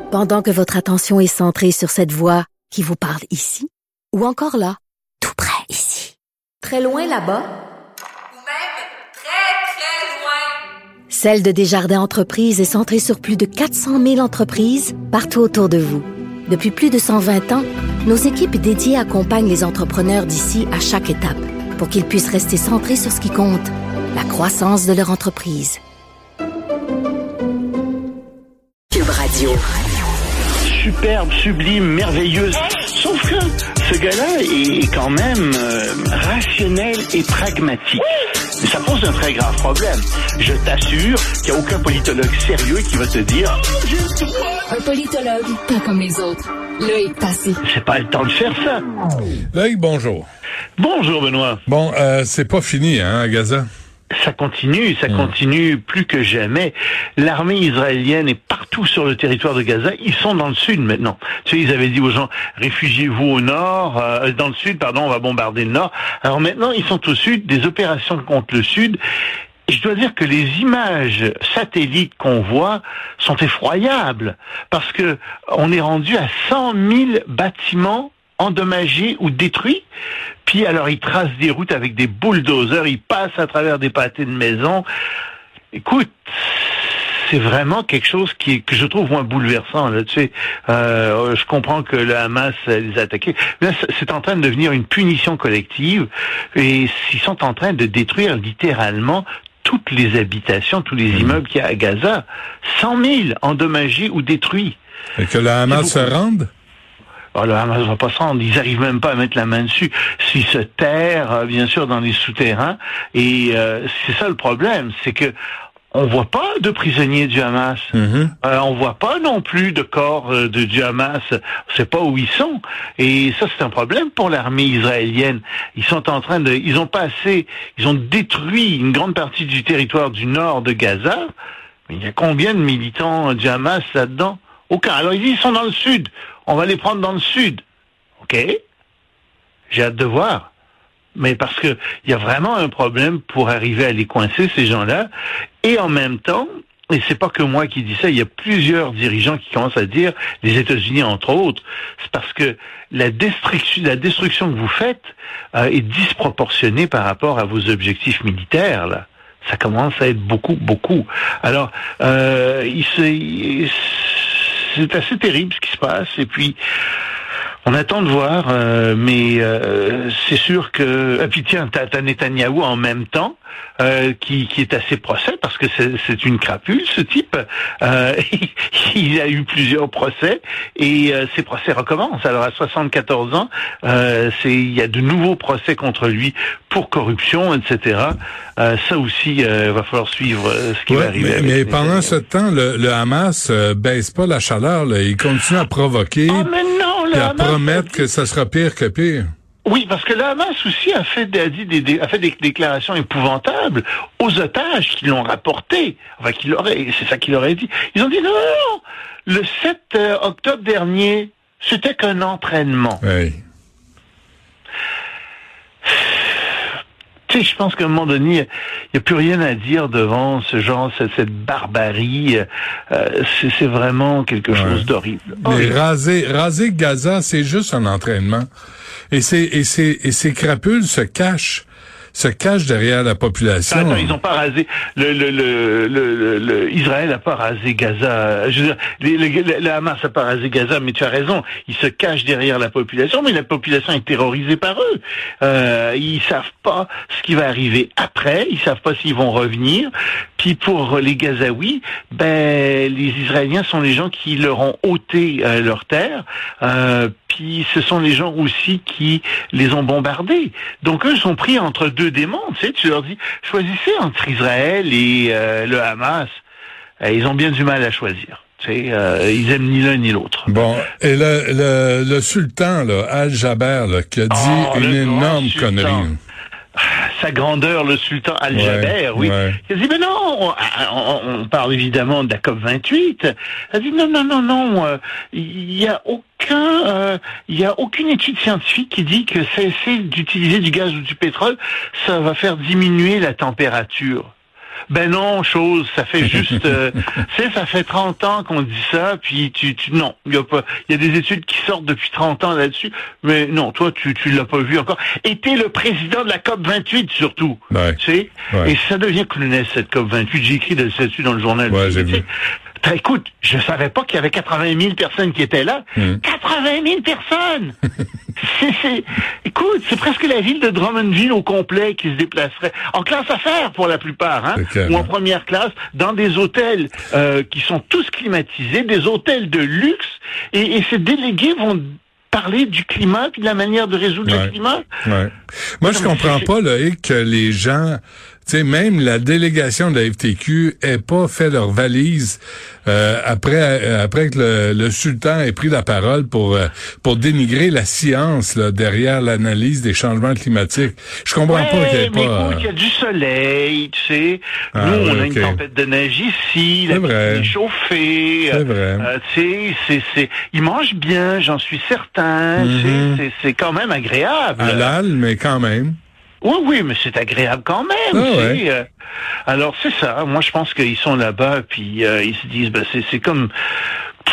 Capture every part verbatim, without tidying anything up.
Pendant que votre attention est centrée sur cette voix qui vous parle ici, ou encore là, tout près ici, très loin là-bas, ou même très, très loin. Celle de Desjardins Entreprises est centrée sur plus de quatre cent mille entreprises partout autour de vous. Depuis plus de cent vingt ans, nos équipes dédiées accompagnent les entrepreneurs d'ici à chaque étape pour qu'ils puissent rester centrés sur ce qui compte, la croissance de leur entreprise. Cube Radio. Superbe, sublime, merveilleuse. Sauf que ce gars-là est quand même euh, rationnel et pragmatique. Mais ça pose un très grave problème. Je t'assure qu'il n'y a aucun politologue sérieux qui va te dire oh, j'ai le droit. Un politologue, pas comme les autres. Loïc Passy. C'est pas le temps de faire ça. Loïc, bonjour. Bonjour, Benoît. Bon, euh, c'est pas fini, hein, à Gaza? Ça continue, ça mmh. continue plus que jamais. L'armée israélienne est partout sur le territoire de Gaza. Ils sont dans le sud maintenant. Tu sais, ils avaient dit aux gens, réfugiez-vous au nord, euh, dans le sud, pardon, on va bombarder le nord. Alors maintenant, ils sont au sud, des opérations contre le sud. Et je dois dire que les images satellites qu'on voit sont effroyables. Parce que on est rendu à cent mille bâtiments endommagés ou détruits. Puis alors ils tracent des routes avec des bulldozers, ils passent à travers des pâtés de maisons. Écoute, c'est vraiment quelque chose qui est, que je trouve moins bouleversant. Là, tu sais, euh, je comprends que le Hamas les a attaqués, mais là, c'est en train de devenir une punition collective et ils sont en train de détruire littéralement toutes les habitations, tous les immeubles qu'il y a à Gaza. cent mille endommagés ou détruits. Et que le Hamas se rende? Oh, le Hamas va pas se rendre. Ils arrivent même pas à mettre la main dessus. S'ils se terrent, bien sûr, dans les souterrains. Et euh, c'est ça le problème, c'est que on voit pas de prisonniers du Hamas. Mm-hmm. Euh, on voit pas non plus de corps euh, de, du Hamas. On sait pas où ils sont. Et ça, c'est un problème pour l'armée israélienne. Ils sont en train de, ils ont passé, ils ont détruit une grande partie du territoire du nord de Gaza. Mais il y a combien de militants du Hamas là-dedans? Aucun. Alors ils disent, ils sont dans le sud. On va les prendre dans le sud. OK? J'ai hâte de voir. Mais parce que il y a vraiment un problème pour arriver à les coincer, ces gens-là. Et en même temps, et c'est pas que moi qui dis ça, il y a plusieurs dirigeants qui commencent à dire, les États-Unis entre autres, c'est parce que la destruction, la destruction que vous faites euh, est disproportionnée par rapport à vos objectifs militaires, là. Ça commence à être beaucoup, beaucoup. Alors, euh, il se... Il, c'est assez terrible ce qui se passe, et puis on attend de voir, euh, mais euh, c'est sûr que... Et puis tiens, t'as, t'as Netanyahou en même temps, euh, qui, qui est à ses procès, parce que c'est, c'est une crapule, ce type. Euh, il a eu plusieurs procès, et euh, ses procès recommencent. Alors à soixante-quatorze ans, euh, c'est, il y a de nouveaux procès contre lui pour corruption, et cetera. Euh, ça aussi, euh, va falloir suivre euh, ce qui ouais, va arriver. Mais, mais pendant ce temps, le, le Hamas euh, baisse pas la chaleur. Là. Il continue à provoquer, oh, mais non, le et à Hamas promettre que ça sera pire que pire. Oui, parce que le Hamas aussi a fait des, des, des, a fait des déclarations épouvantables aux otages qui l'ont rapporté. Enfin, qui l'auraient, c'est ça qu'il aurait dit. Ils ont dit non, non, non. Le sept octobre dernier, c'était qu'un entraînement. Oui. Tu sais, je pense qu'à un moment donné, il n'y a plus rien à dire devant ce genre, cette, cette barbarie. Euh, c'est, c'est vraiment quelque ouais. chose d'horrible. Mais horrible. raser, raser Gaza, c'est juste un entraînement. Et c'est, et c'est, et ces crapules se cachent, se cachent derrière la population. Attends, ils n'ont pas rasé, le, le, le, le, le, Israël n'a pas rasé Gaza. Je veux dire, le, le, le Hamas n'a pas rasé Gaza, mais tu as raison, ils se cachent derrière la population, mais la population est terrorisée par eux. Euh, ils savent pas ce qui va arriver après, ils savent pas s'ils vont revenir. Puis pour les Gazaouis, ben, les Israéliens sont les gens qui leur ont ôté euh, leur terre, euh, puis ce sont les gens aussi qui les ont bombardés. Donc eux sont pris entre deux démons, tu sais, tu leur dis, choisissez entre Israël et euh, le Hamas. Euh, ils ont bien du mal à choisir. Tu sais, euh, ils aiment ni l'un ni l'autre. Bon, et le, le, le sultan, là, Al-Jaber, là, qui a dit oh, une énorme connerie. Sa grandeur, le sultan Al-Jaber, ouais, oui. Ouais. Il a dit, mais non, on, on, on parle évidemment de la COP vingt-huit. Il a dit, non, non, non, non, euh, il y a aucun, euh, il y a aucune étude scientifique qui dit que cesser d'utiliser du gaz ou du pétrole, ça va faire diminuer la température. Ben non, chose, ça fait juste, euh, tu sais, ça fait trente ans qu'on dit ça, puis tu, tu non, il y a pas, il y a des études qui sortent depuis trente ans là-dessus, mais non, toi, tu, tu l'as pas vu encore. Et t'es le président de la C O P vingt-huit surtout, ouais. tu sais, ouais. et ça devient clownesque cette C O P vingt-huit. J'ai écrit là-dessus dans le journal. Ouais, j'ai vu. Écoute, je savais pas qu'il y avait quatre-vingt mille personnes qui étaient là. Mmh. quatre-vingt mille personnes! c'est, c'est, écoute, c'est presque la ville de Drummondville au complet qui se déplacerait. En classe affaires pour la plupart, hein, ou en première classe, dans des hôtels euh, qui sont tous climatisés, des hôtels de luxe, et, et ces délégués vont parler du climat puis de la manière de résoudre ouais. le climat. Ouais. Moi, je comprends pas là, que les gens... Tu sais, même la délégation de la F T Q ait pas fait leur valise euh, après euh, après que le, le sultan ait pris la parole pour euh, pour dénigrer la science là, derrière l'analyse des changements climatiques. Je comprends ouais, pas qu'il y ait mais pas... écoute, il y a du soleil, tu sais. Ah, Nous, oui, on a okay. une tempête de neige ici, la piscine est chauffée. C'est vrai. Euh, tu sais, c'est, c'est... Ils mangent bien, j'en suis certain. Mm-hmm. C'est, c'est quand même agréable. Halal, mais quand même. Oui, oui, mais c'est agréable quand même. Ah, ouais. euh, alors c'est ça. Moi, je pense qu'ils sont là-bas, puis euh, ils se disent, ben c'est, c'est comme, pff,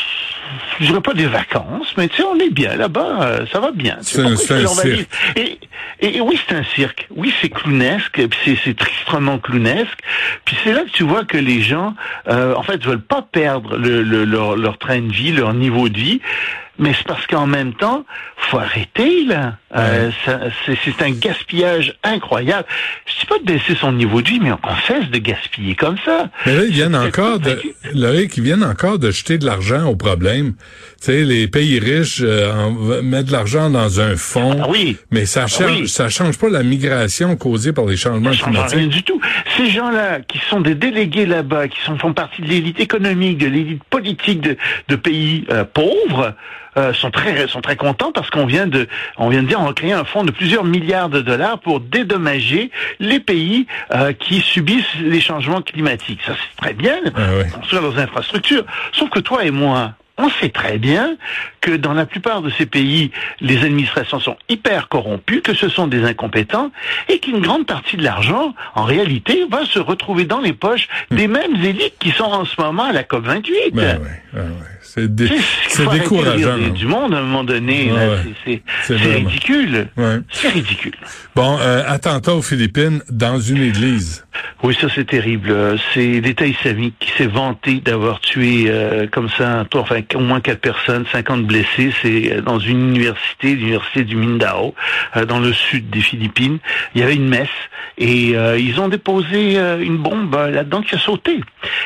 je dirais pas des vacances, mais tu sais, on est bien là-bas, euh, ça va bien. C'est, un, c'est un cirque. Et, et, et oui, c'est un cirque. Oui, c'est clownesque, puis c'est, c'est tristement clownesque. Puis c'est là que tu vois que les gens, euh, en fait, veulent pas perdre le, le, leur, leur train de vie, leur niveau de vie. Mais c'est parce qu'en même temps, faut arrêter, là. Ouais. Euh, ça, c'est, c'est un gaspillage incroyable. Je dis pas de baisser son niveau de vie, mais on cesse de gaspiller comme ça. Mais là, ils viennent encore de, Loïc, ils viennent encore de jeter de l'argent au problème. Tu sais, les pays riches euh, en, mettent de l'argent dans un fonds. Ah oui. Mais ça change, oui. ça change pas la migration causée par les changements ça climatiques. Change rien du tout. Ces gens-là, qui sont des délégués là-bas, qui sont, font partie de l'élite économique, de l'élite politique de, de pays euh, pauvres, Euh, sont très sont très contents parce qu'on vient de on vient de dire on va créer un fonds de plusieurs milliards de dollars pour dédommager les pays euh, qui subissent les changements climatiques. Ça c'est très bien, ah ouais. construire leurs infrastructures. Sauf que toi et moi, on sait très bien que dans la plupart de ces pays, les administrations sont hyper corrompues, que ce sont des incompétents, et qu'une grande partie de l'argent, en réalité, va se retrouver dans les poches des mêmes élites qui sont en ce moment à la C O P vingt-huit. Ben ouais, ben ouais. C'est, dé- c'est, c'est décourageant. C'est du monde à un moment donné. Ouais, là, ouais. C'est, c'est, c'est, c'est ridicule. Ouais. C'est ridicule. Bon, euh, attentat aux Philippines dans une église. Oui, ça c'est terrible. C'est l'État islamique qui s'est vanté d'avoir tué euh, comme ça, enfin au moins quatre personnes, cinquante blessés. C'est dans une université, l'université du Mindanao, euh, dans le sud des Philippines. Il y avait une messe et euh, ils ont déposé euh, une bombe là-dedans qui a sauté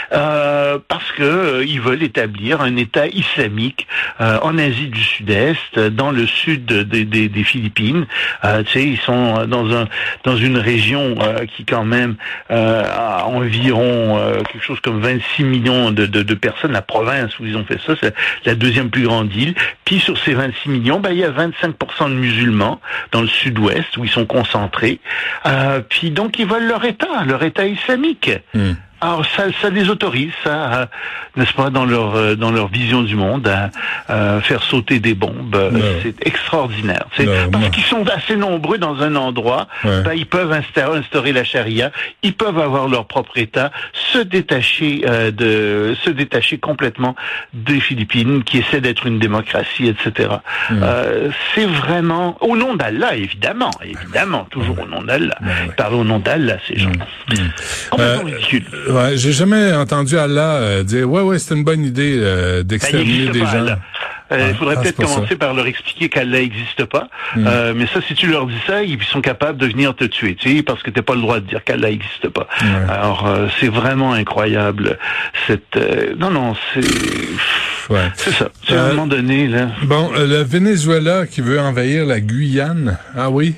euh, parce que euh, ils veulent établir un État islamique euh, en Asie du Sud-Est, dans le sud des, des, des Philippines. Euh, tu sais, ils sont dans un dans une région euh, qui quand même euh, a environ euh, quelque chose comme vingt-six millions de, de, de personnes. La province où ils ont fait ça, c'est la deuxième plus grande île. Puis sur ces vingt-six millions, ben il y a vingt-cinq pour cent de musulmans dans le Sud-Ouest où ils sont concentrés. Euh, puis donc ils veulent leur État, leur État islamique. Mmh. Alors ça, ça les autorise, ça, euh, n'est-ce pas, dans leur euh, dans leur vision du monde, à euh, faire sauter des bombes. Euh, c'est extraordinaire. C'est, non, parce non. qu'ils sont assez nombreux dans un endroit, ouais. ben, ils peuvent instaurer, instaurer la charia, ils peuvent avoir leur propre État, se détacher euh, de se détacher complètement des Philippines, qui essaient d'être une démocratie, et cetera. Mmh. Euh, c'est vraiment au nom d'Allah, évidemment, évidemment, toujours mmh. au nom d'Allah. Mmh. Parler au nom d'Allah, ces gens. Mmh. Complètement euh, ridicule. Ouais, j'ai jamais entendu Allah euh, dire ouais ouais c'est une bonne idée euh, d'exterminer ben, des gens. Il euh, ah, faudrait ah, peut-être commencer ça. par leur expliquer qu'Allah n'existe pas. Mm. Euh, mais ça, si tu leur dis ça, ils sont capables de venir te tuer, tu sais, parce que t'as pas le droit de dire qu'Allah n'existe pas. Ouais. Alors euh, c'est vraiment incroyable. Cette euh, non non c'est ouais. c'est ça. C'est euh, à un moment donné là. Bon, euh, le Venezuela qui veut envahir la Guyane. Ah oui.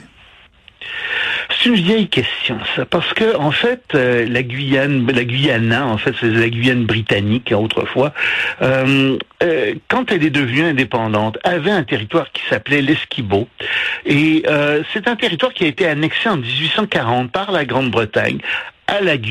C'est une vieille question, ça, parce que en fait, euh, la Guyane, la Guyana, en fait, c'est la Guyane britannique autrefois. Euh, euh, quand elle est devenue indépendante, avait un territoire qui s'appelait l'Esquibo, et euh, c'est un territoire qui a été annexé en dix-huit cent quarante par la Grande-Bretagne à la Guyane.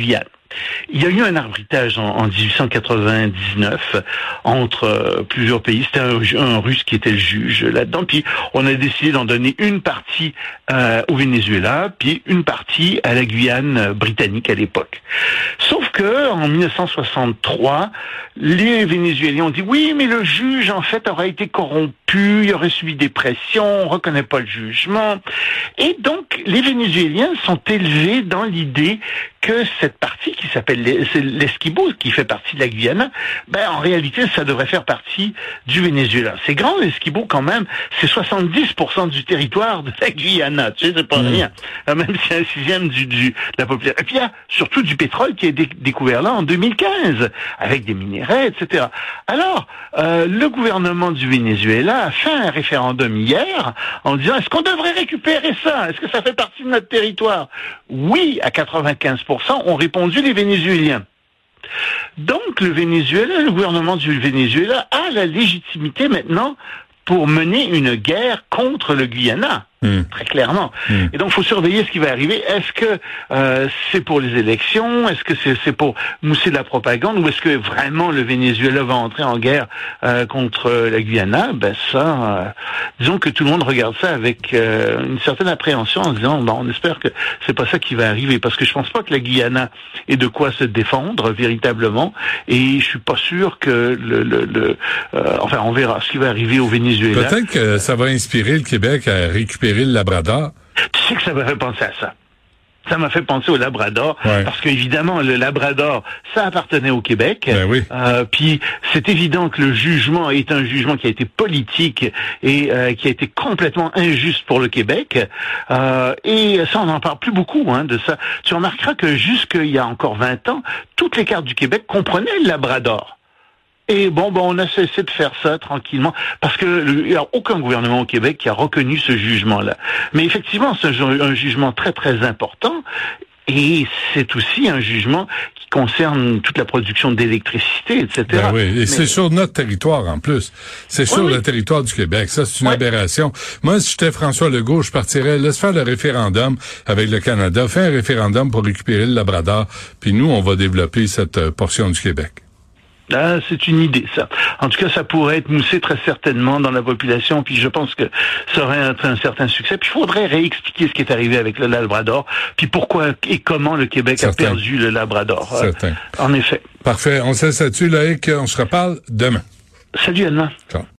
Il y a eu un arbitrage en, en dix-huit cent quatre-vingt-dix-neuf entre euh, plusieurs pays. C'était un, un Russe qui était le juge là-dedans. Puis on a décidé d'en donner une partie euh, au Venezuela, puis une partie à la Guyane euh, britannique à l'époque. Sauf que en dix-neuf cent soixante-trois, les Vénézuéliens ont dit oui, mais le juge en fait aurait été corrompu, il aurait subi des pressions, on reconnaît pas le jugement. Et donc les Vénézuéliens sont élevés dans l'idée que cette partie qui s'appelle l'Esquibo, qui fait partie de la Guyane, ben en réalité, ça devrait faire partie du Venezuela. C'est grand, l'Esquibo, quand même. C'est soixante-dix pour cent du territoire de la Guyana. Tu sais, c'est pas mmh. rien. Même si c'est un sixième du, du, de la population. Et puis, il y a surtout du pétrole qui est dé- découvert là en deux mille quinze, avec des minéraux, et cetera. Alors, euh, le gouvernement du Venezuela a fait un référendum hier en disant, est-ce qu'on devrait récupérer ça? Est-ce que ça fait partie de notre territoire? Oui, à quatre-vingt-quinze pour cent ont répondu les Vénézuéliens. Donc, le Venezuela, le gouvernement du Venezuela a la légitimité maintenant pour mener une guerre contre le Guyana. Mmh. Très clairement. Mmh. Et donc, il faut surveiller ce qui va arriver. Est-ce que euh, c'est pour les élections? Est-ce que c'est, c'est pour mousser de la propagande? Ou est-ce que vraiment le Venezuela va entrer en guerre euh, contre la Guyana? Ben ça, euh, disons que tout le monde regarde ça avec euh, une certaine appréhension en se disant, bon, on espère que c'est pas ça qui va arriver. Parce que je pense pas que la Guyana ait de quoi se défendre véritablement. Et je suis pas sûr que le... le, le euh, enfin, on verra ce qui va arriver au Venezuela. Peut-être que ça va inspirer le Québec à récupérer le Labrador. Tu sais que ça m'a fait penser à ça. Ça m'a fait penser au Labrador, ouais. Parce qu'évidemment, le Labrador, ça appartenait au Québec. Ben oui. Euh, puis, c'est évident que le jugement est un jugement qui a été politique et euh, qui a été complètement injuste pour le Québec. Euh, et ça, on n'en parle plus beaucoup hein, de ça. Tu remarqueras que jusqu'il y a encore vingt ans, toutes les cartes du Québec comprenaient le Labrador. Et bon, bon, on a cessé de faire ça tranquillement, parce que il n'y a aucun gouvernement au Québec qui a reconnu ce jugement-là. Mais effectivement, c'est un, un jugement très, très important, et c'est aussi un jugement qui concerne toute la production d'électricité, et cetera. Ben oui, et Mais... c'est sur notre territoire en plus. C'est sur oui, le oui. territoire du Québec. Ça, c'est une oui. aberration. Moi, si j'étais François Legault, je partirais, laisse faire le référendum avec le Canada, fais un référendum pour récupérer le Labrador, puis nous, on va développer cette euh, portion du Québec. Ah, c'est une idée, ça. En tout cas, ça pourrait être moussé très certainement dans la population, puis je pense que ça aurait un, un certain succès. Puis il faudrait réexpliquer ce qui est arrivé avec le Labrador, puis pourquoi et comment le Québec Certain. a perdu le Labrador. Certain. Euh, en effet. Parfait. On se laisse là-dessus, Loïc. On se reparle demain. Salut, Anna. Ciao.